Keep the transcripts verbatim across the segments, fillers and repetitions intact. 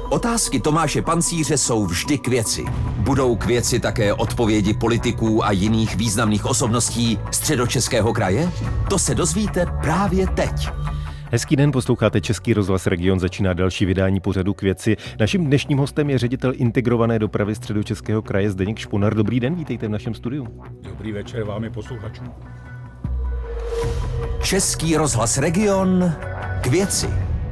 Otázky Tomáše Pancíře jsou vždy k věci. Budou k věci také odpovědi politiků a jiných významných osobností Středočeského kraje? To se dozvíte právě teď. Hezký den, posloucháte Český rozhlas Region, začíná další vydání pořadu K věci. Naším dnešním hostem je ředitel integrované dopravy Středočeského kraje Zdeněk Šponar. Dobrý den, vítejte v našem studiu. Dobrý večer vám i posluchačům. Český rozhlas Region K věci.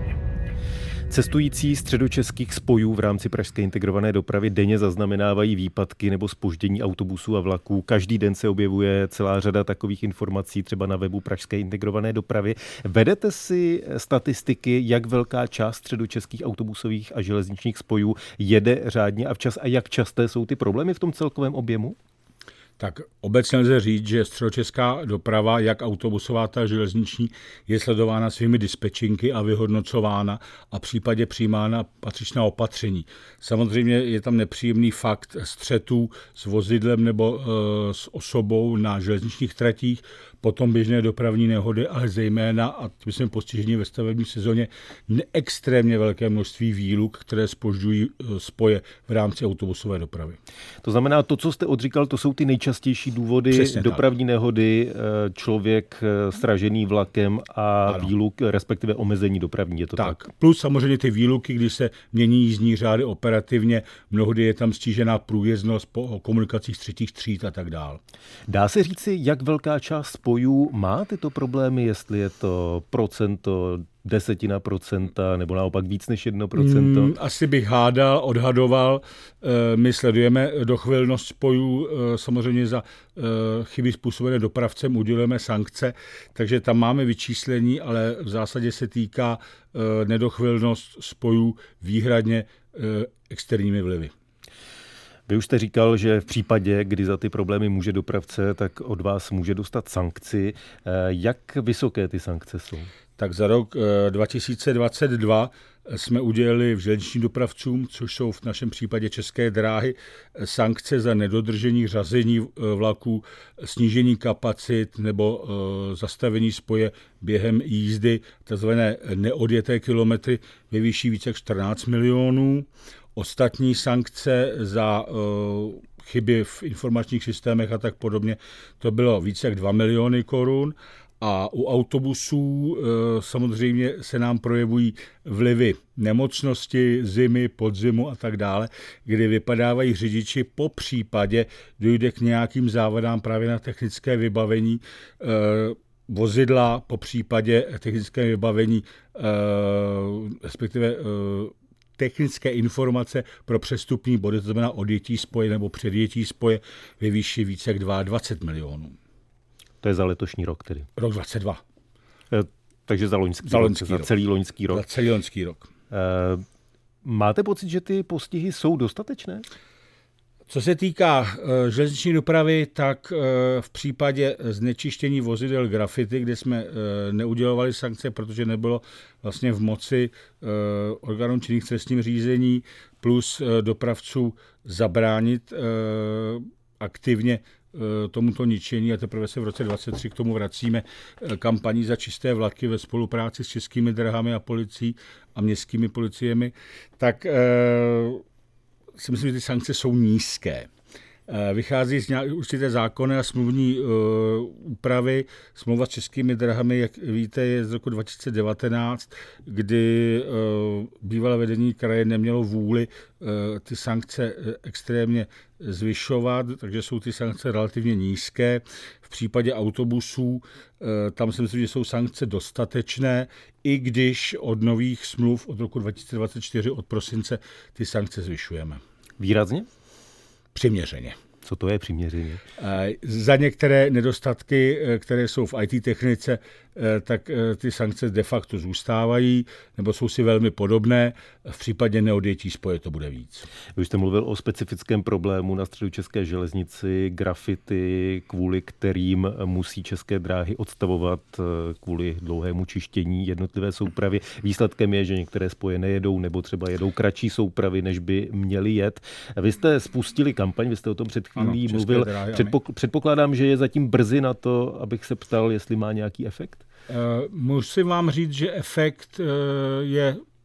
Cestující středočeských spojů v rámci pražské integrované dopravy denně zaznamenávají výpadky nebo zpoždění autobusů a vlaků. Každý den se objevuje celá řada takových informací, třeba na webu pražské integrované dopravy. Vedete si statistiky, jak velká část středočeských autobusových a železničních spojů jede řádně a včas a jak časté jsou ty problémy v tom celkovém objemu? Tak obecně lze říct, že středočeská doprava, jak autobusová, tak železniční, je sledována svými dispečinky a vyhodnocována a v případě přijímána patřičná opatření. Samozřejmě je tam nepříjemný fakt střetů s vozidlem nebo e, s osobou na železničních tratích, potom běžné dopravní nehody, ale zejména, a my jsme postiženi ve stavební sezóně, extrémně velké množství výluk, které zpožďují spoje v rámci autobusové dopravy. To znamená, to, co jste odříkal, to jsou ty nejčastější důvody, přesně dopravní tak. Nehody, člověk sražený vlakem a ano. výluk, respektive omezení dopravní. Je to tak. tak? Plus samozřejmě ty výluky, kdy se mění jízdní řády operativně, mnohdy je tam stížená průjezdnost po komunikacích třetích tříd a tak dál. Dá se říci, jak velká část spojů má tyto problémy, jestli je to procento, desetina procenta, nebo naopak víc než jedno procento? Hmm, asi bych hádal, odhadoval. My sledujeme dochvilnost spojů, samozřejmě za chyby způsobené dopravcem udělujeme sankce, takže tam máme vyčíslení, ale v zásadě se týká nedochvilnost spojů výhradně externími vlivy. Vy už jste říkal, že v případě, kdy za ty problémy může dopravce, tak od vás může dostat sankci. Jak vysoké ty sankce jsou? Tak za rok dva tisíce dvacet dva jsme udělili v železničním dopravcům, což jsou v našem případě České dráhy, sankce za nedodržení řazení vlaků, snížení kapacit nebo zastavení spoje během jízdy, takzvané neodjeté kilometry ve výši více jak čtrnáct milionů. Ostatní sankce za uh, chyby v informačních systémech a tak podobně, to bylo více jak dva miliony korun. A u autobusů uh, samozřejmě se nám projevují vlivy nemocnosti, zimy, podzimu a tak dále, kdy vypadávají řidiči, po případě dojde k nějakým závadám právě na technické vybavení uh, vozidla, po případě technické vybavení, uh, respektive uh, technické informace pro přestupní body, to znamená odjetí spoje nebo předjetí spoje ve výši více jak dvacet dva milionů. To je za letošní rok tedy? Rok dvacet dva. E, takže za loňský, za, rok, loňský za rok. celý loňský rok. Za celý loňský rok. E, máte pocit, že ty postihy jsou dostatečné? Co se týká uh, železniční dopravy, tak uh, v případě znečištění vozidel grafity, kde jsme uh, neudělovali sankce, protože nebylo vlastně v moci uh, orgánů činných v trestním řízení plus uh, dopravců zabránit uh, aktivně uh, tomuto ničení, a teprve se v roce dvacet tři k tomu vracíme uh, kampaní za čisté vlaky ve spolupráci s Českými dráhami a policií a městskými policiemi, tak uh, si myslím, že ty sankce jsou nízké. Vychází z určité zákonné a smluvní uh, úpravy. Smlouva s Českými dráhami, jak víte, je z roku dva tisíce devatenáct, kdy uh, bývalé vedení kraje nemělo vůli uh, ty sankce extrémně zvyšovat, takže jsou ty sankce relativně nízké. V případě autobusů uh, tam si myslím, že jsou sankce dostatečné, i když od nových smluv od roku dva tisíce dvacet čtyři, od prosince, ty sankce zvyšujeme. Výrazně? Přiměřeně. Co to je přiměřeně? Za některé nedostatky, které jsou v í té technice, tak ty sankce de facto zůstávají, nebo jsou si velmi podobné. V případě neodjetí spoje to bude víc. Vy jste mluvil o specifickém problému na středočeské železnici, grafity, kvůli kterým musí České dráhy odstavovat kvůli dlouhému čištění jednotlivé soupravy. Výsledkem je, že některé spoje nejedou, nebo třeba jedou kratší soupravy, než by měly jet. Vy jste spustili kampaň, vy jste o tom před chvílí ano, mluvil. Dráhy, Předpok- předpokládám, že je zatím brzy na to, abych se ptal, jestli má nějaký efekt? Uh, musím vám říct, že efekt uh, je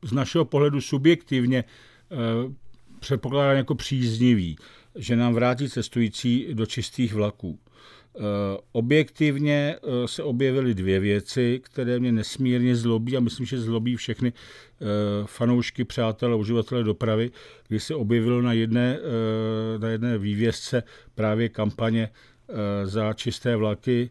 z našeho pohledu subjektivně předpokládán jako příznivý, že nám vrátí cestující do čistých vlaků. Objektivně se objevily dvě věci, které mě nesmírně zlobí a myslím, že zlobí všechny fanoušky, přátelé, uživatele dopravy, kdy se objevilo na jedné, na jedné vývězce právě kampaně za čisté vlaky,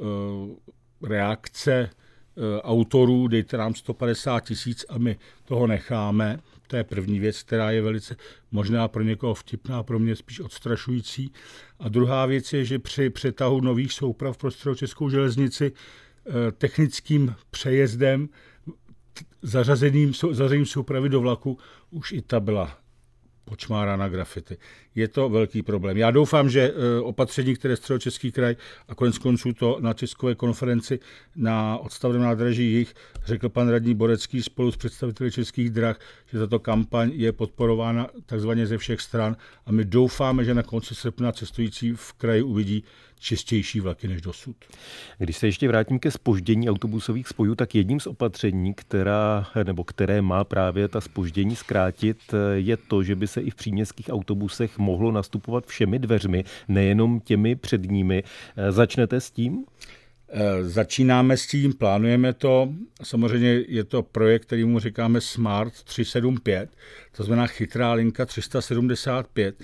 reakce autorů, dejte nám sto padesát tisíc a my toho necháme. To je první věc, která je velice možná pro někoho vtipná, pro mě spíš odstrašující. A druhá věc je, že při přetahu nových souprav pro středočeskou železnici technickým přejezdem zařazeným, zařazením soupravy do vlaku už i ta byla počmárána grafity. Je to velký problém. Já doufám, že opatření, které Středočeský kraj a konec konců to na tiskové konferenci na odstavném nádraží Jih řekl pan radní Borecký spolu s představiteli Českých drah, že tato kampaň je podporována takzvaně ze všech stran a my doufáme, že na konci srpna cestující v kraji uvidí čistější vlaky než dosud. Když se ještě vrátím ke zpoždění autobusových spojů, tak jedním z opatření, která, nebo které má právě ta zpoždění zkrátit, je to, že by se i v příměstských autobusech mohlo nastupovat všemi dveřmi, nejenom těmi předními. Začnete s tím? Začínáme s tím, plánujeme to. Samozřejmě je to projekt, který mu říkáme Smart tři sedm pět, to znamená chytrá linka tři sedmdesát pět.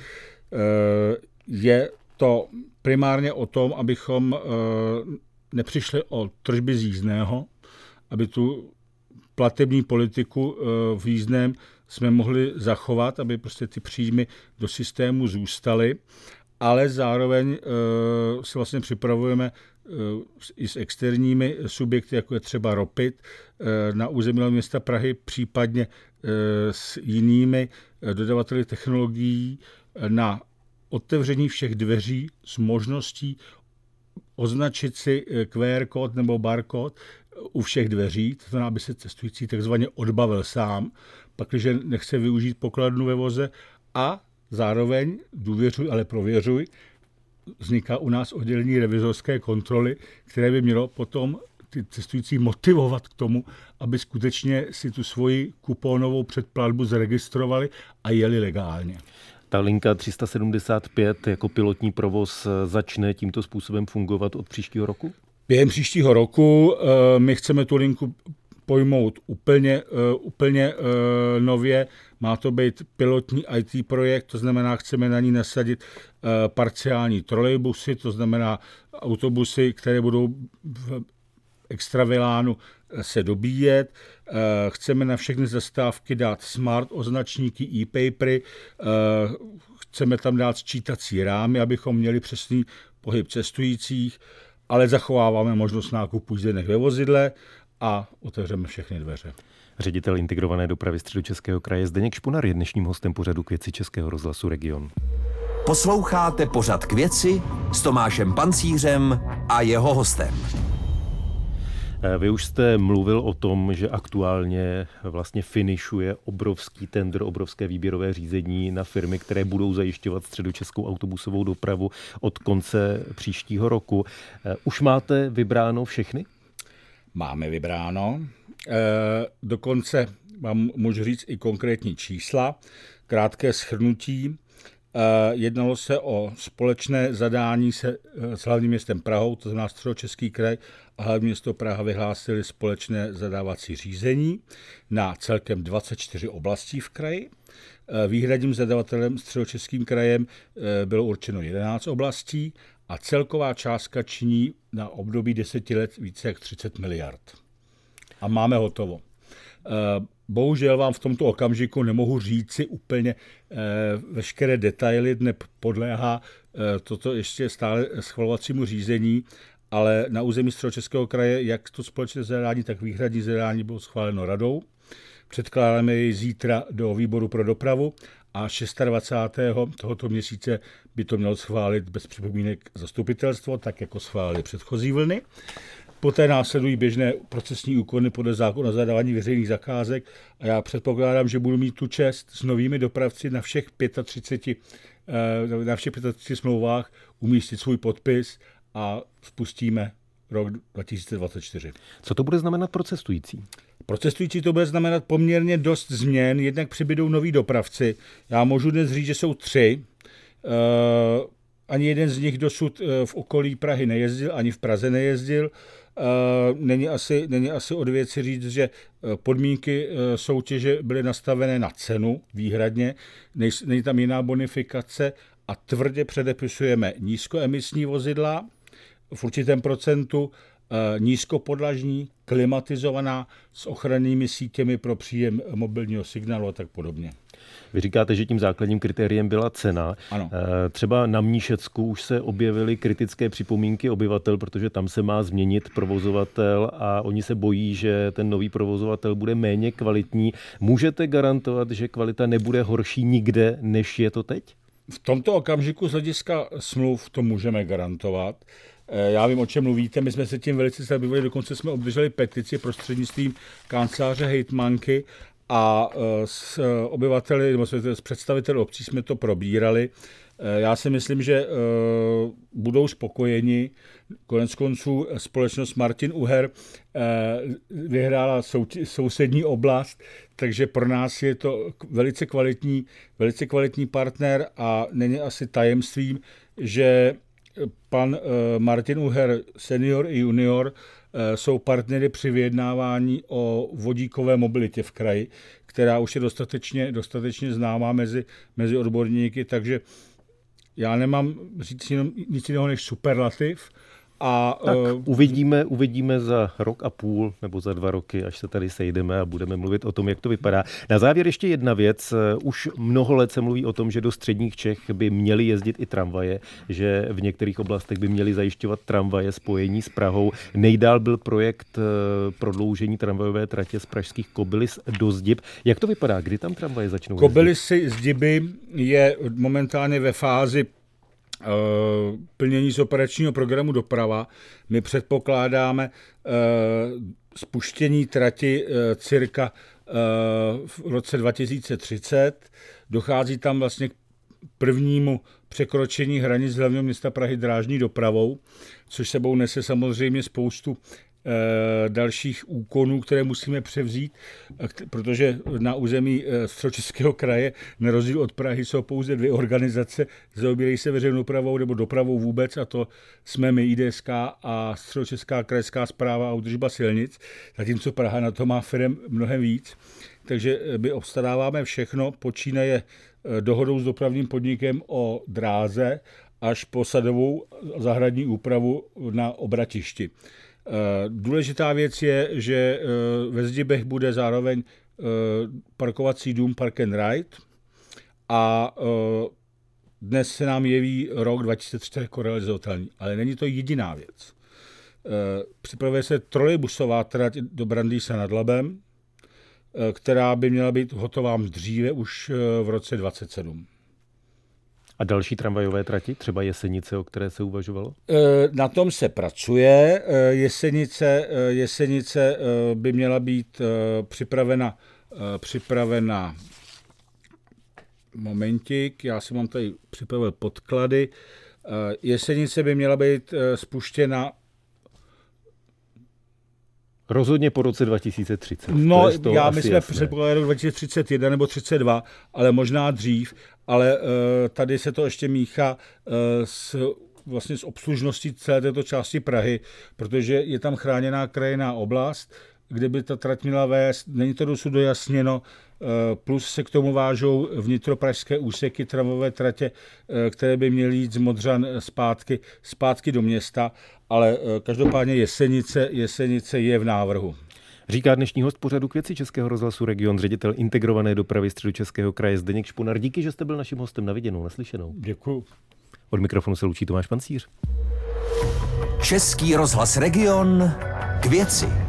Je to primárně o tom, abychom nepřišli o tržby z jízdného, aby tu platební politiku v jízdném jsme mohli zachovat, aby prostě ty příjmy do systému zůstaly, ale zároveň se vlastně připravujeme i s externími subjekty, jako je třeba Ropit, na území města Prahy, případně s jinými dodavateli technologií na otevření všech dveří s možností označit si Q R kód nebo barkód u všech dveří, to znamená, aby se cestující takzvaně odbavil sám, pakliže nechce využít pokladnu ve voze a zároveň důvěřuj, ale prověřuj, vzniká u nás oddělení revizorské kontroly, které by mělo potom ty cestující motivovat k tomu, aby skutečně si tu svoji kuponovou předplatbu zaregistrovali a jeli legálně. Ta linka tři sedmdesát pět jako pilotní provoz začne tímto způsobem fungovat od příštího roku? Během příštího roku my chceme tu linku pojmout úplně, úplně nově. Má to být pilotní í té projekt, to znamená, chceme na ní nasadit parciální trolejbusy, to znamená autobusy, které budou v extravilánu se dobíjet. Chceme na všechny zastávky dát smart označníky, e-papery, chceme tam dát sčítací rámy, abychom měli přesný pohyb cestujících, ale zachováváme možnost nákupu jízdenek ve vozidle a otevřeme všechny dveře. Ředitel integrované dopravy Středočeského kraje Zdeněk Špunar je dnešním hostem pořadu K věci Českého rozhlasu Region. Posloucháte pořad K věci s Tomášem Pancířem a jeho hostem. Vy už jste mluvil o tom, že aktuálně vlastně finišuje obrovský tendr, obrovské výběrové řízení na firmy, které budou zajišťovat středočeskou autobusovou dopravu od konce příštího roku. Už máte vybráno všechny? Máme vybráno. E, dokonce vám můžu říct i konkrétní čísla. Krátké shrnutí. E, jednalo se o společné zadání se s hlavním městem Prahou, to znamená Středočeský kraj a hlavní město Praha vyhlásili společné zadávací řízení na celkem dvacet čtyři oblastí v kraji. E, výhradním zadavatelem Středočeským krajem e, bylo určeno jedenáct oblastí a celková částka činí na období deseti let více jak třicet miliard. A máme hotovo. Bohužel vám v tomto okamžiku nemohu říci úplně veškeré detaily, dne podléhá toto ještě stále schvalovacímu řízení, ale na území Středočeského kraje, jak to společné zadání, tak výhradní zadání bylo schváleno radou. Předkládáme jej zítra do výboru pro dopravu a dvacátého šestého tohoto měsíce by to mělo schválit bez připomínek zastupitelstvo, tak jako schválili předchozí vlny. Poté následují běžné procesní úkony podle zákona o zadávání veřejných zakázek a já předpokládám, že budu mít tu čest s novými dopravci na všech třiceti pěti, na všech třiceti smlouvách umístit svůj podpis a spustíme rok dva tisíce dvacet čtyři. Co to bude znamenat pro cestující? Pro cestující to bude znamenat poměrně dost změn, jednak přibydou noví dopravci. Já můžu dnes říct, že jsou tři. Uh, ani jeden z nich dosud v okolí Prahy nejezdil, ani v Praze nejezdil. Není asi, není asi od věci říct, že podmínky soutěže byly nastavené na cenu výhradně, není tam jiná bonifikace a tvrdě předepisujeme nízkoemisní vozidla v určitém procentu, nízkopodlažní, klimatizovaná s ochrannými sítěmi pro příjem mobilního signálu a tak podobně. Vy říkáte, že tím základním kritériem byla cena. Ano. Třeba na Mníšecku už se objevily kritické připomínky obyvatel, protože tam se má změnit provozovatel a oni se bojí, že ten nový provozovatel bude méně kvalitní. Můžete garantovat, že kvalita nebude horší nikde, než je to teď? V tomto okamžiku z hlediska smluv to můžeme garantovat. Já vím, o čem mluvíte, my jsme se tím velice zabývali, dokonce jsme obdrželi petici prostřednictvím kanceláře hejtmanky a s obyvateli, nebo s představiteli obcí jsme to probírali. Já si myslím, že budou spokojeni. Konec konců společnost Martin Uher vyhrála sousední oblast, takže pro nás je to velice kvalitní, velice kvalitní partner a není asi tajemstvím, že pan Martin Uher senior i junior jsou partnery při vyjednávání o vodíkové mobilitě v kraji, která už je dostatečně, dostatečně známá mezi, mezi odborníky, takže já nemám říct jenom, nic jiného než superlativ. A, tak uh, uvidíme, uvidíme za rok a půl nebo za dva roky, až se tady sejdeme a budeme mluvit o tom, jak to vypadá. Na závěr ještě jedna věc. Už mnoho let se mluví o tom, že do středních Čech by měly jezdit i tramvaje, že v některých oblastech by měly zajišťovat tramvaje spojení s Prahou. Nejdál byl projekt prodloužení tramvajové tratě z pražských Kobylis do Zdib. Jak to vypadá? Kdy tam tramvaje začnou jezdit? Kobylisy Zdiby je momentálně ve fázi plnění z operačního programu Doprava. My předpokládáme spuštění trati cirka v roce dva tisíce třicet. Dochází tam vlastně k prvnímu překročení hranic hlavního města Prahy drážní dopravou, což sebou nese samozřejmě spoustu dalších úkonů, které musíme převzít, protože na území Středočeského kraje, na rozdíl od Prahy, jsou pouze dvě organizace, zaobírají se veřejnou dopravou nebo dopravou vůbec, a to jsme my, I D S K a Středočeská krajská správa a údržba silnic, zatímco Praha na to má firem mnohem víc. Takže my obstaráváme všechno, počínaje dohodou s dopravním podnikem o dráze až po sadovou zahradní úpravu na obratišti. Důležitá věc je, že ve Zdibech bude zároveň parkovací dům Park and Ride a dnes se nám jeví rok dva tisíce třicet jako realizovatelný, ale není to jediná věc. Připravuje se trolejbusová trať do Brandýsa nad Labem, která by měla být hotová dříve už v roce dvacet sedm. A další tramvajové trati, třeba Jesenice, o které se uvažovalo? Na tom se pracuje. Jesenice, Jesenice by měla být připravena, připravena momentík, já si mám tady připravil podklady. Jesenice by měla být spuštěna rozhodně po roce dva tisíce třicet. No, já myslím, že předpokládá rok dva tisíce třicet jedna nebo třicet dva, ale možná dřív. Ale uh, tady se to ještě míchá uh, s, vlastně s obslužností celé této části Prahy, protože je tam chráněná krajinná oblast, kde by ta trať měla vést, není to dosud dojasněno, uh, plus se k tomu vážou vnitropražské úseky tramvajové tratě, uh, které by měly jít z Modřan zpátky, zpátky do města, ale uh, každopádně Jesenice, Jesenice je v návrhu. Říká dnešní host pořadu K věci Českého rozhlasu Region, ředitel integrované dopravy Středočeského kraje Zdeněk Šponar. Díky, že jste byl naším hostem, na viděnou, naslyšenou. Děkuju. Od mikrofonu se loučí Tomáš Pancíř. Český rozhlas Region, K věci.